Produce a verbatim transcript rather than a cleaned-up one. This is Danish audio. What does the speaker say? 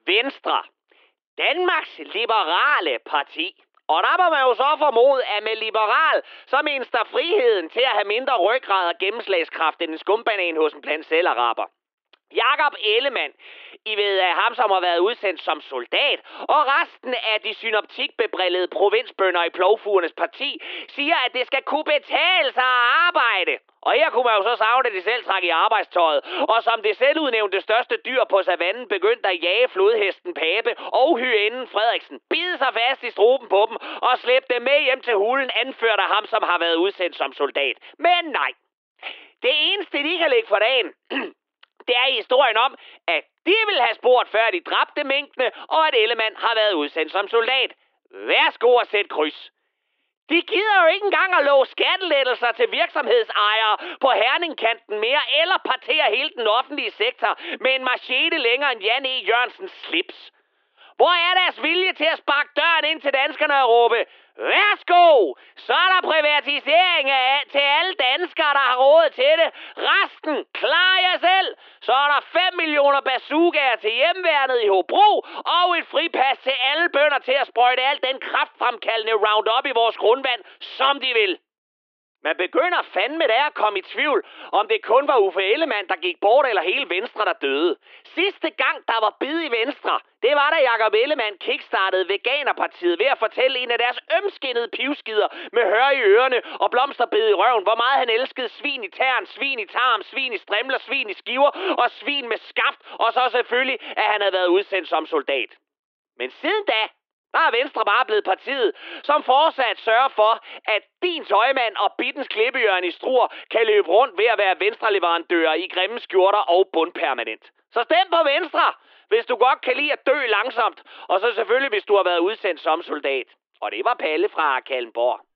Venstre. Danmarks Liberale Parti. Og der må man jo så formode, at med liberal, så menes der friheden til at have mindre ryggrad og gennemslagskraft end en skumbanan hos en blandt selvaraber. Jakob Ellemann, I ved af ham, som har været udsendt som soldat, og resten af de synoptikbebrillede provinsbønder i Plovfugernes parti, siger, at det skal kunne betale sig at arbejde. Og her kunne man jo så savne, at de selv trak i arbejdstøjet, og som det selvudnævnte største dyr på savannen begyndte at jage flodhesten Pape og hyænden Frederiksen, bide sig fast i struben på dem og slæbe dem med hjem til hulen, anført af ham, som har været udsendt som soldat. Men nej, det eneste, de kan lægge for dagen, det er historien om, at de vil have spurgt, før de dræbte minkene, og at Ellemann har været udsendt som soldat. Værsgo at sætte kryds. De gider jo ikke engang at love skattelettelser til virksomhedsejere på Herningkanten mere, eller partere hele den offentlige sektor med en machete længere end Jan E. Jørgensens slips. Hvor er deres vilje til at sparke døren ind til danskerne og råbe, værsgo! Så er der privatisering af til alle danskere, der har råd til det. Resten, klar jer selv! Så er der fem millioner bazookaer til hjemmeværnet i Hobro, og et fripas til alle bønder til at sprøjte al den kraftfremkaldende Roundup i vores grundvand, som de vil. Man begynder fandme der at komme i tvivl, om det kun var Uffe Ellemann, der gik bort, eller hele Venstre, der døde. Sidste gang, der var bid i Venstre, det var da Jakob Ellemann kickstartede Veganerpartiet ved at fortælle en af deres ømskinnede pivskider med hør i ørerne og blomsterbed i røven, hvor meget han elskede svin i tæren, svin i tarm, svin i strimler, svin i skiver og svin med skaft, og så selvfølgelig, at han havde været udsendt som soldat. Men siden da, der er Venstre bare blevet partiet, som fortsat sørger for, at din tøjmand og Bittens klippehjørne i Struer kan løbe rundt ved at være venstreleverandører i grimme skjorter og bundpermanent. Så stem på Venstre, hvis du godt kan lide at dø langsomt, og så selvfølgelig, hvis du har været udsendt som soldat. Og det var Palle fra Kallenborg.